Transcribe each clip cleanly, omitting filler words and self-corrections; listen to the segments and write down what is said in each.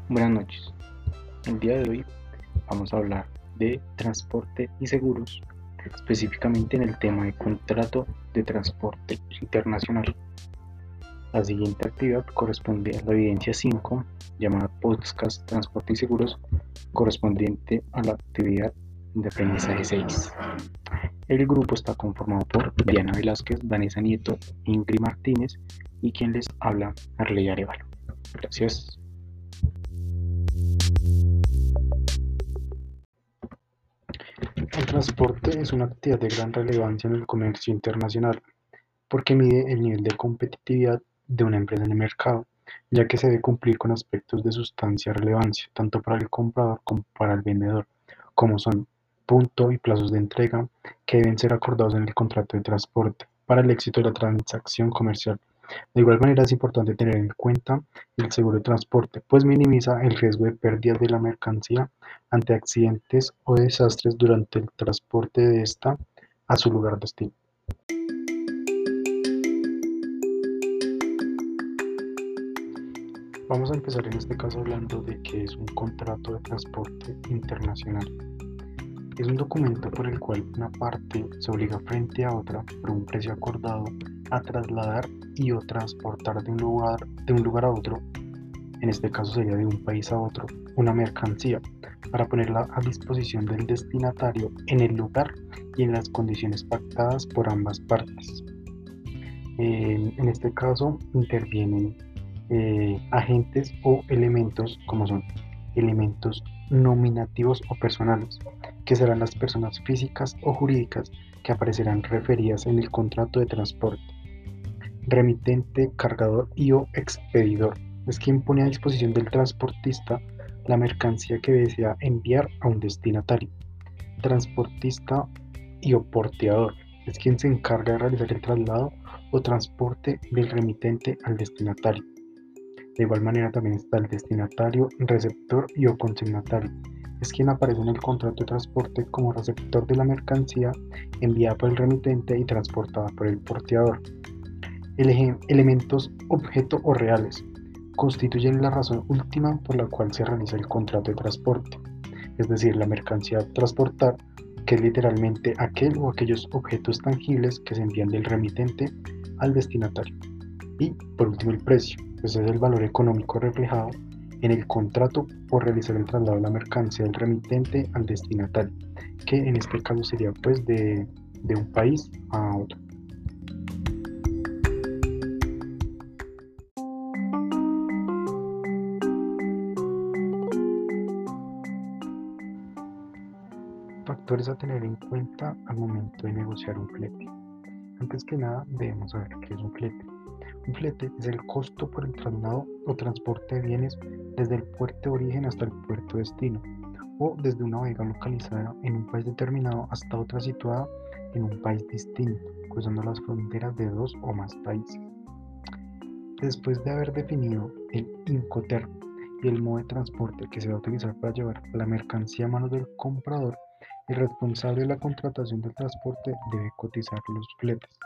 Buenas noches. El día de hoy vamos a hablar de transporte y seguros, específicamente en el tema de contrato de transporte internacional. La siguiente actividad corresponde a la evidencia 5, llamada Podcast Transporte y Seguros, correspondiente a la actividad de aprendizaje 6. El grupo está conformado por Diana Velázquez, Vanessa Nieto, Ingrid Martínez y quien les habla, Arley Arevalo. Gracias. El transporte es una actividad de gran relevancia en el comercio internacional porque mide el nivel de competitividad de una empresa en el mercado, ya que se debe cumplir con aspectos de sustancia relevancia, tanto para el comprador como para el vendedor, como son punto y plazos de entrega que deben ser acordados en el contrato de transporte para el éxito de la transacción comercial. De igual manera es importante tener en cuenta el seguro de transporte, pues minimiza el riesgo de pérdidas de la mercancía ante accidentes o desastres durante el transporte de esta a su lugar de destino. Vamos a empezar en este caso hablando de qué es un contrato de transporte internacional. Es un documento por el cual una parte se obliga frente a otra por un precio acordado a trasladar y o transportar de un lugar a otro, en este caso sería de un país a otro, una mercancía, para ponerla a disposición del destinatario en el lugar y en las condiciones pactadas por ambas partes. En este caso intervienen agentes o elementos como son elementos nominativos o personales, que serán las personas físicas o jurídicas que aparecerán referidas en el contrato de transporte. Remitente, cargador y o expedidor es quien pone a disposición del transportista la mercancía que desea enviar a un destinatario. Transportista y o porteador es quien se encarga de realizar el traslado o transporte del remitente al destinatario. De igual manera también está el destinatario, receptor y o consignatario. Es quien aparece en el contrato de transporte como receptor de la mercancía enviada por el remitente y transportada por el porteador. Elementos objeto o reales constituyen la razón última por la cual se realiza el contrato de transporte, es decir, la mercancía a transportar, que es literalmente aquel o aquellos objetos tangibles que se envían del remitente al destinatario. Y por último el precio, pues es el valor económico reflejado en el contrato por realizar el traslado de la mercancía del remitente al destinatario, que en este caso sería pues de un país a otro. Factores a tener en cuenta al momento de negociar un flete. Antes que nada debemos saber qué es un flete. Un flete es el costo por el traslado o transporte de bienes desde el puerto de origen hasta el puerto de destino, o desde una bodega localizada en un país determinado hasta otra situada en un país distinto, cruzando las fronteras de dos o más países. Después de haber definido el Incoterm y el modo de transporte que se va a utilizar para llevar la mercancía a manos del comprador, el responsable de la contratación del transporte debe cotizar los fletes.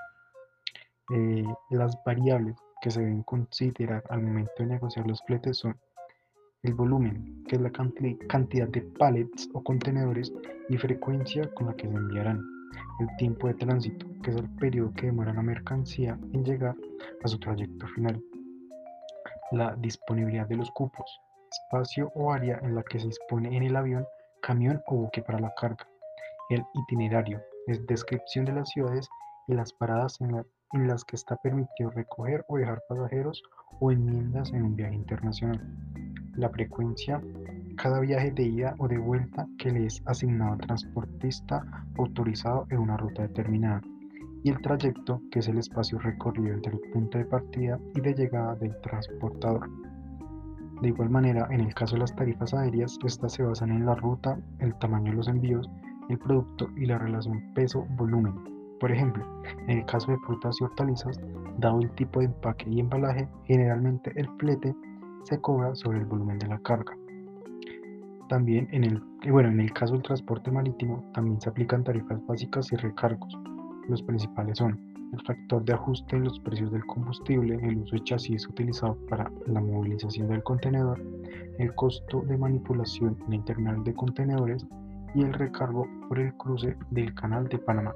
Las variables que se deben considerar al momento de negociar los fletes son el volumen, que es la cantidad de pallets o contenedores y frecuencia con la que se enviarán. El tiempo de tránsito, que es el periodo que demora la mercancía en llegar a su trayecto final. La disponibilidad de los cupos, espacio o área en la que se dispone en el avión, camión o buque para la carga. El itinerario es descripción de las ciudades y las paradas en las que está permitido recoger o dejar pasajeros o enmiendas en un viaje internacional. La frecuencia, cada viaje de ida o de vuelta que le es asignado al transportista autorizado en una ruta determinada. Y el trayecto, que es el espacio recorrido entre el punto de partida y de llegada del transportador. De igual manera, en el caso de las tarifas aéreas, estas se basan en la ruta, el tamaño de los envíos, el producto y la relación peso-volumen. Por ejemplo, en el caso de frutas y hortalizas, dado el tipo de empaque y embalaje, generalmente el flete se cobra sobre el volumen de la carga. También en el caso del transporte marítimo, también se aplican tarifas básicas y recargos. Los principales son el factor de ajuste de los precios del combustible, el uso de chasis utilizado para la movilización del contenedor, el costo de manipulación en el terminal de contenedores y el recargo por el cruce del Canal de Panamá.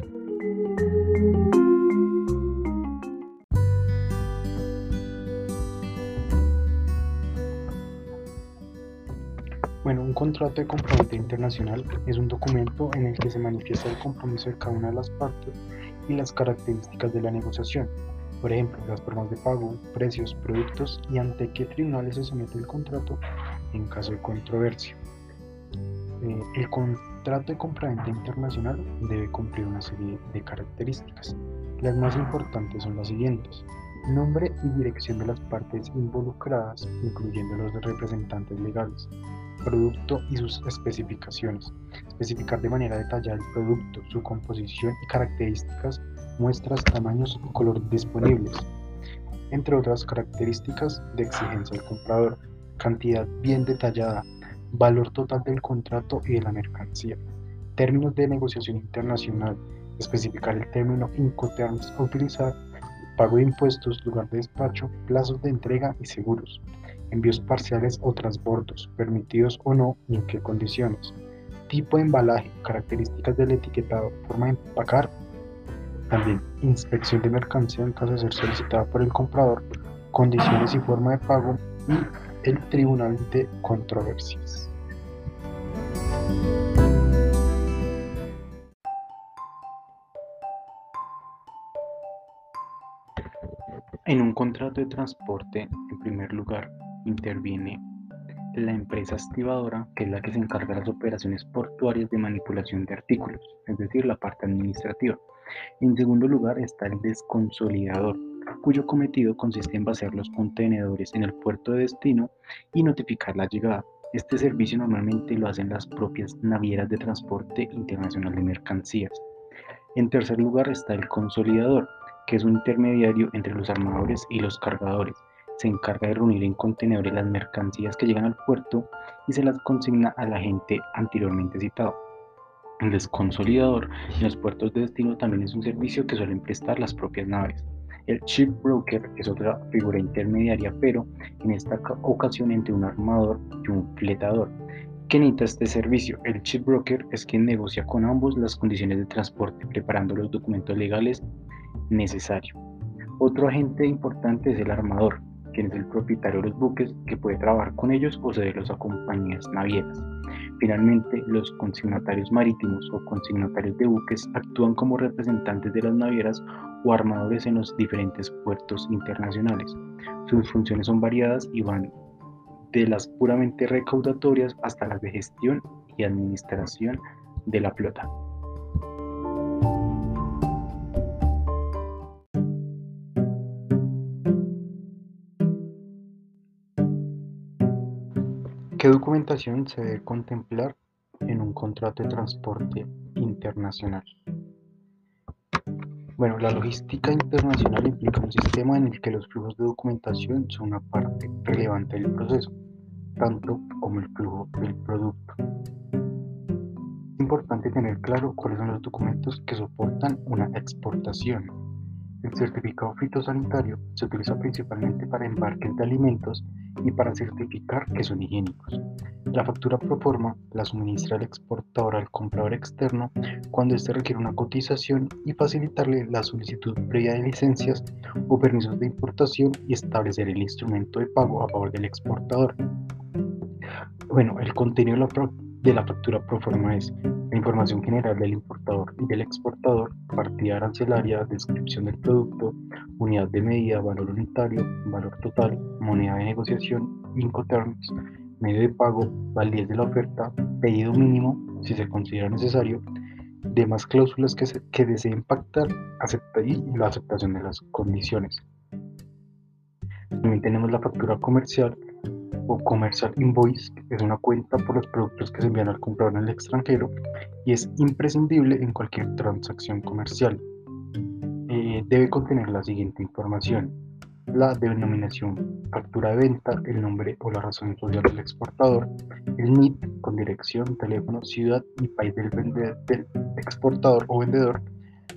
Bueno, un contrato de compraventa internacional es un documento en el que se manifiesta el compromiso de cada una de las partes y las características de la negociación. Por ejemplo, las formas de pago, precios, productos y ante qué tribunales se somete el contrato en caso de controversia. El contrato de compraventa internacional debe cumplir una serie de características. Las más importantes son las siguientes: nombre y dirección de las partes involucradas, incluyendo los representantes legales, producto y sus especificaciones, especificar de manera detallada el producto, su composición y características, muestras, tamaños y color disponibles, entre otras características de exigencia del comprador, cantidad bien detallada, valor total del contrato y de la mercancía, términos de negociación internacional, especificar el término Incoterms a utilizar, pago de impuestos, lugar de despacho, plazos de entrega y seguros, envíos parciales o transbordos, permitidos o no y en qué condiciones, tipo de embalaje, características del etiquetado, forma de empacar, también inspección de mercancía en caso de ser solicitada por el comprador, condiciones y forma de pago y el tribunal de controversias. En un contrato de transporte, en primer lugar, interviene la empresa estibadora, que es la que se encarga de las operaciones portuarias de manipulación de artículos, es decir, la parte administrativa. En segundo lugar está el desconsolidador, cuyo cometido consiste en vaciar los contenedores en el puerto de destino y notificar la llegada. Este servicio normalmente lo hacen las propias navieras de transporte internacional de mercancías. En tercer lugar está el consolidador, que es un intermediario entre los armadores y los cargadores. Se encarga de reunir en contenedores las mercancías que llegan al puerto y se las consigna al agente anteriormente citado. El desconsolidador en los puertos de destino también es un servicio que suelen prestar las propias naves. El shipbroker es otra figura intermediaria, pero en esta ocasión entre un armador y un fletador. ¿Qué necesita este servicio? El shipbroker es quien negocia con ambos las condiciones de transporte, preparando los documentos legales necesarios. Otro agente importante es el armador, quien es el propietario de los buques, que puede trabajar con ellos o cederlos a compañías navieras. Finalmente, los consignatarios marítimos o consignatarios de buques actúan como representantes de las navieras o armadores en los diferentes puertos internacionales. Sus funciones son variadas y van de las puramente recaudatorias hasta las de gestión y administración de la flota. ¿Qué documentación se debe contemplar en un contrato de transporte internacional? Bueno, la logística internacional implica un sistema en el que los flujos de documentación son una parte relevante del proceso, tanto como el flujo del producto. Es importante tener claro cuáles son los documentos que soportan una exportación. El certificado fitosanitario se utiliza principalmente para embarques de alimentos y para certificar que son higiénicos. La factura proforma la suministra el exportador al comprador externo cuando éste requiere una cotización y facilitarle la solicitud previa de licencias o permisos de importación y establecer el instrumento de pago a favor del exportador. Bueno, el contenido de la factura proforma es la información general del importador y del exportador, partida arancelaria, descripción del producto, unidad de medida, valor unitario, valor total, moneda de negociación, Incoterms, medio de pago, validez de la oferta, pedido mínimo, si se considera necesario, demás cláusulas que deseen pactar, y la aceptación de las condiciones. También tenemos la factura comercial o commercial invoice, que es una cuenta por los productos que se envían al comprador en el extranjero y es imprescindible en cualquier transacción comercial. Debe contener la siguiente información: la denominación factura de venta, el nombre o la razón social del exportador, el NIT con dirección, teléfono, ciudad y país del exportador o vendedor,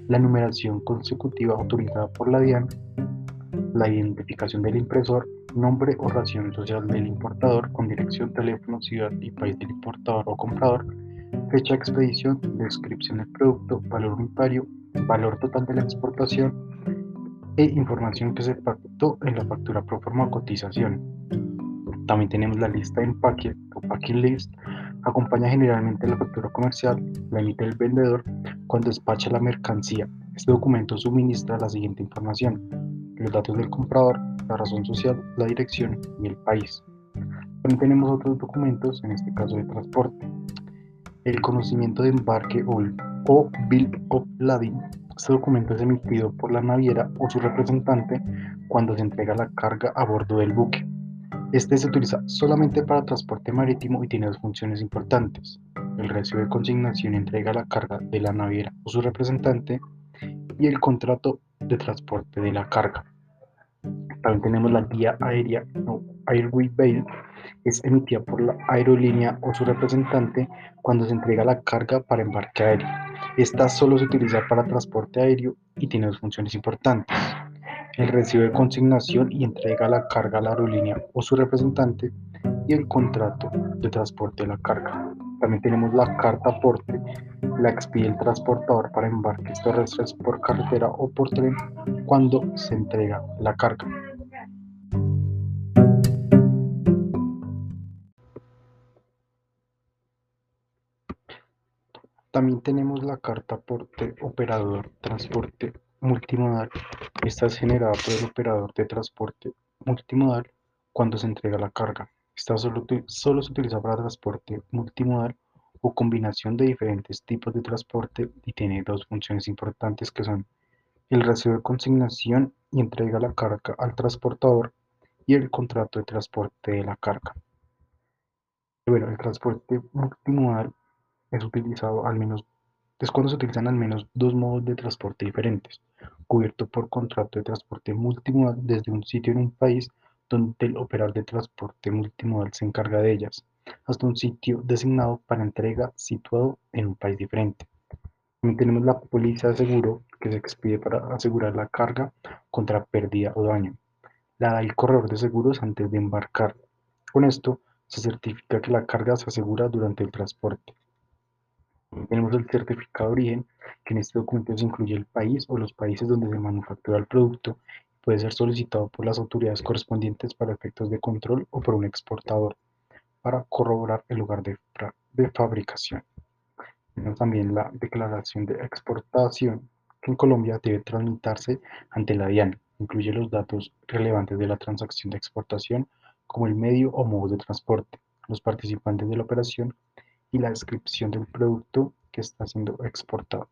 la numeración consecutiva autorizada por la DIAN, la identificación del impresor, nombre o razón social del importador con dirección, teléfono, ciudad y país del importador o comprador, fecha de expedición, descripción del producto, valor unitario, valor total de la exportación e información que se pactó en la factura pro forma o cotización. También tenemos la lista de empaque o packing list. Acompaña generalmente la factura comercial, la emite el vendedor cuando despacha la mercancía. Este documento suministra la siguiente información: los datos del comprador, la razón social, la dirección y el país. También tenemos otros documentos, en este caso de transporte. El conocimiento de embarque o Bill of Lading. Este documento es emitido por la naviera o su representante cuando se entrega la carga a bordo del buque. Este se utiliza solamente para transporte marítimo y tiene dos funciones importantes: el recibo de consignación y entrega la carga de la naviera o su representante, y el contrato de transporte de la carga. También tenemos la guía aérea o Airway Bill. Es emitida por la aerolínea o su representante cuando se entrega la carga para embarque aéreo. Esta solo se utiliza para transporte aéreo y tiene dos funciones importantes: el recibo de consignación y entrega la carga a la aerolínea o su representante, y el contrato de transporte de la carga. También tenemos la carta aporte. La expide el transportador para embarques terrestres por carretera o por tren cuando se entrega la carga. También tenemos la carta aporte operador transporte multimodal. Esta es generada por el operador de transporte multimodal cuando se entrega la carga. Esta solo se utiliza para transporte multimodal o combinación de diferentes tipos de transporte y tiene dos funciones importantes, que son el recibo de consignación y entrega la carga al transportador, y el contrato de transporte de la carga. Bueno, el transporte multimodal es utilizado al menos, es cuando se utilizan al menos dos modos de transporte diferentes, cubierto por contrato de transporte multimodal desde un sitio en un país donde el operador de transporte multimodal se encarga de ellas, hasta un sitio designado para entrega situado en un país diferente. También tenemos la póliza de seguro, que se expide para asegurar la carga contra pérdida o daño. La da el corredor de seguros antes de embarcar. Con esto se certifica que la carga se asegura durante el transporte. Tenemos el certificado de origen, que en este documento se incluye el país o los países donde se manufactura el producto. Puede ser solicitado por las autoridades correspondientes para efectos de control o por un exportador para corroborar el lugar de fabricación. Tenemos también la declaración de exportación, que en Colombia debe tramitarse ante la DIAN. Incluye los datos relevantes de la transacción de exportación, como el medio o modo de transporte, los participantes de la operación y la descripción del producto que está siendo exportado.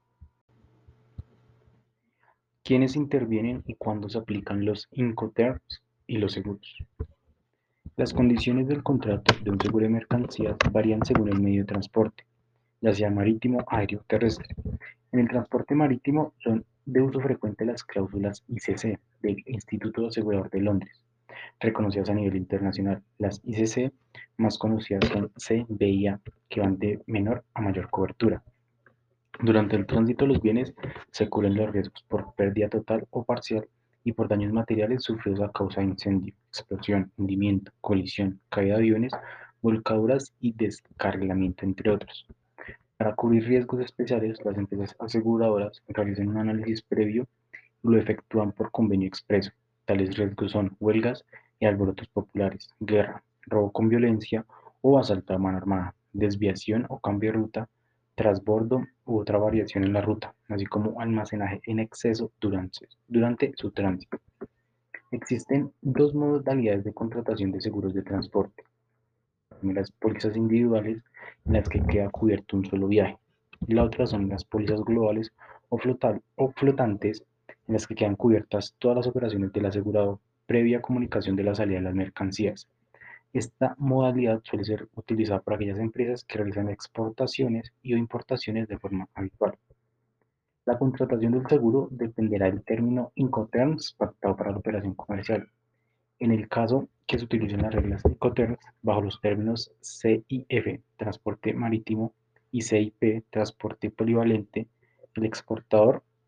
¿Quiénes intervienen y cuándo se aplican los Incoterms y los seguros? Las condiciones del contrato de un seguro de mercancías varían según el medio de transporte, ya sea marítimo, aéreo o terrestre. En el transporte marítimo son de uso frecuente las cláusulas ICC del Instituto Asegurador de Londres, reconocidas a nivel internacional. Las ICC más conocidas son C, B y A, que van de menor a mayor cobertura. Durante el tránsito de los bienes se cubren los riesgos por pérdida total o parcial y por daños materiales sufridos a causa de incendio, explosión, hundimiento, colisión, caída de aviones, volcaduras y descarrilamiento, entre otros. Para cubrir riesgos especiales, las empresas aseguradoras realizan un análisis previo y lo efectúan por convenio expreso. Tales riesgos son huelgas y alborotos populares, guerra, robo con violencia o asalto a mano armada, desviación o cambio de ruta, transbordo u otra variación en la ruta, así como almacenaje en exceso durante su tránsito. Existen dos modalidades de contratación de seguros de transporte: las pólizas individuales, en las que queda cubierto un solo viaje, y la otra son las pólizas globales o flotantes, en las que quedan cubiertas todas las operaciones del asegurado previa comunicación de la salida de las mercancías. Esta modalidad suele ser utilizada por aquellas empresas que realizan exportaciones y o importaciones de forma habitual. La contratación del seguro dependerá del término Incoterms pactado para la operación comercial. En el caso que se utilicen las reglas Incoterms bajo los términos CIF, transporte marítimo, y CIP, transporte polivalente, el exportador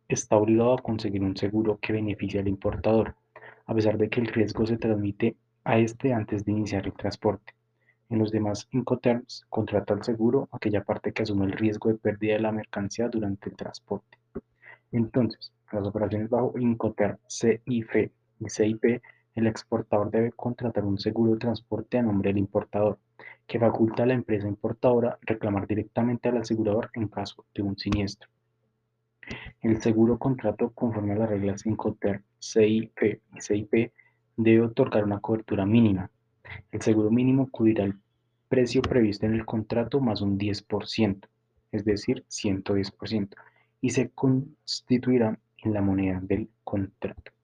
está obligado a conseguir un seguro que beneficie al importador, a pesar de que el riesgo se transmite a este antes de iniciar el transporte. En los demás Incoterms, contrata el seguro aquella parte que asume el riesgo de pérdida de la mercancía durante el transporte. Entonces, en las operaciones bajo Incoterm CIF y CIP, el exportador debe contratar un seguro de transporte a nombre del importador, que faculta a la empresa importadora reclamar directamente al asegurador en caso de un siniestro. El seguro contrato, conforme a las reglas Incoterm CIF y CIP, debe otorgar una cobertura mínima. El seguro mínimo cubrirá el precio previsto en el contrato más un 10%, es decir, 110%, y se constituirá en la moneda del contrato.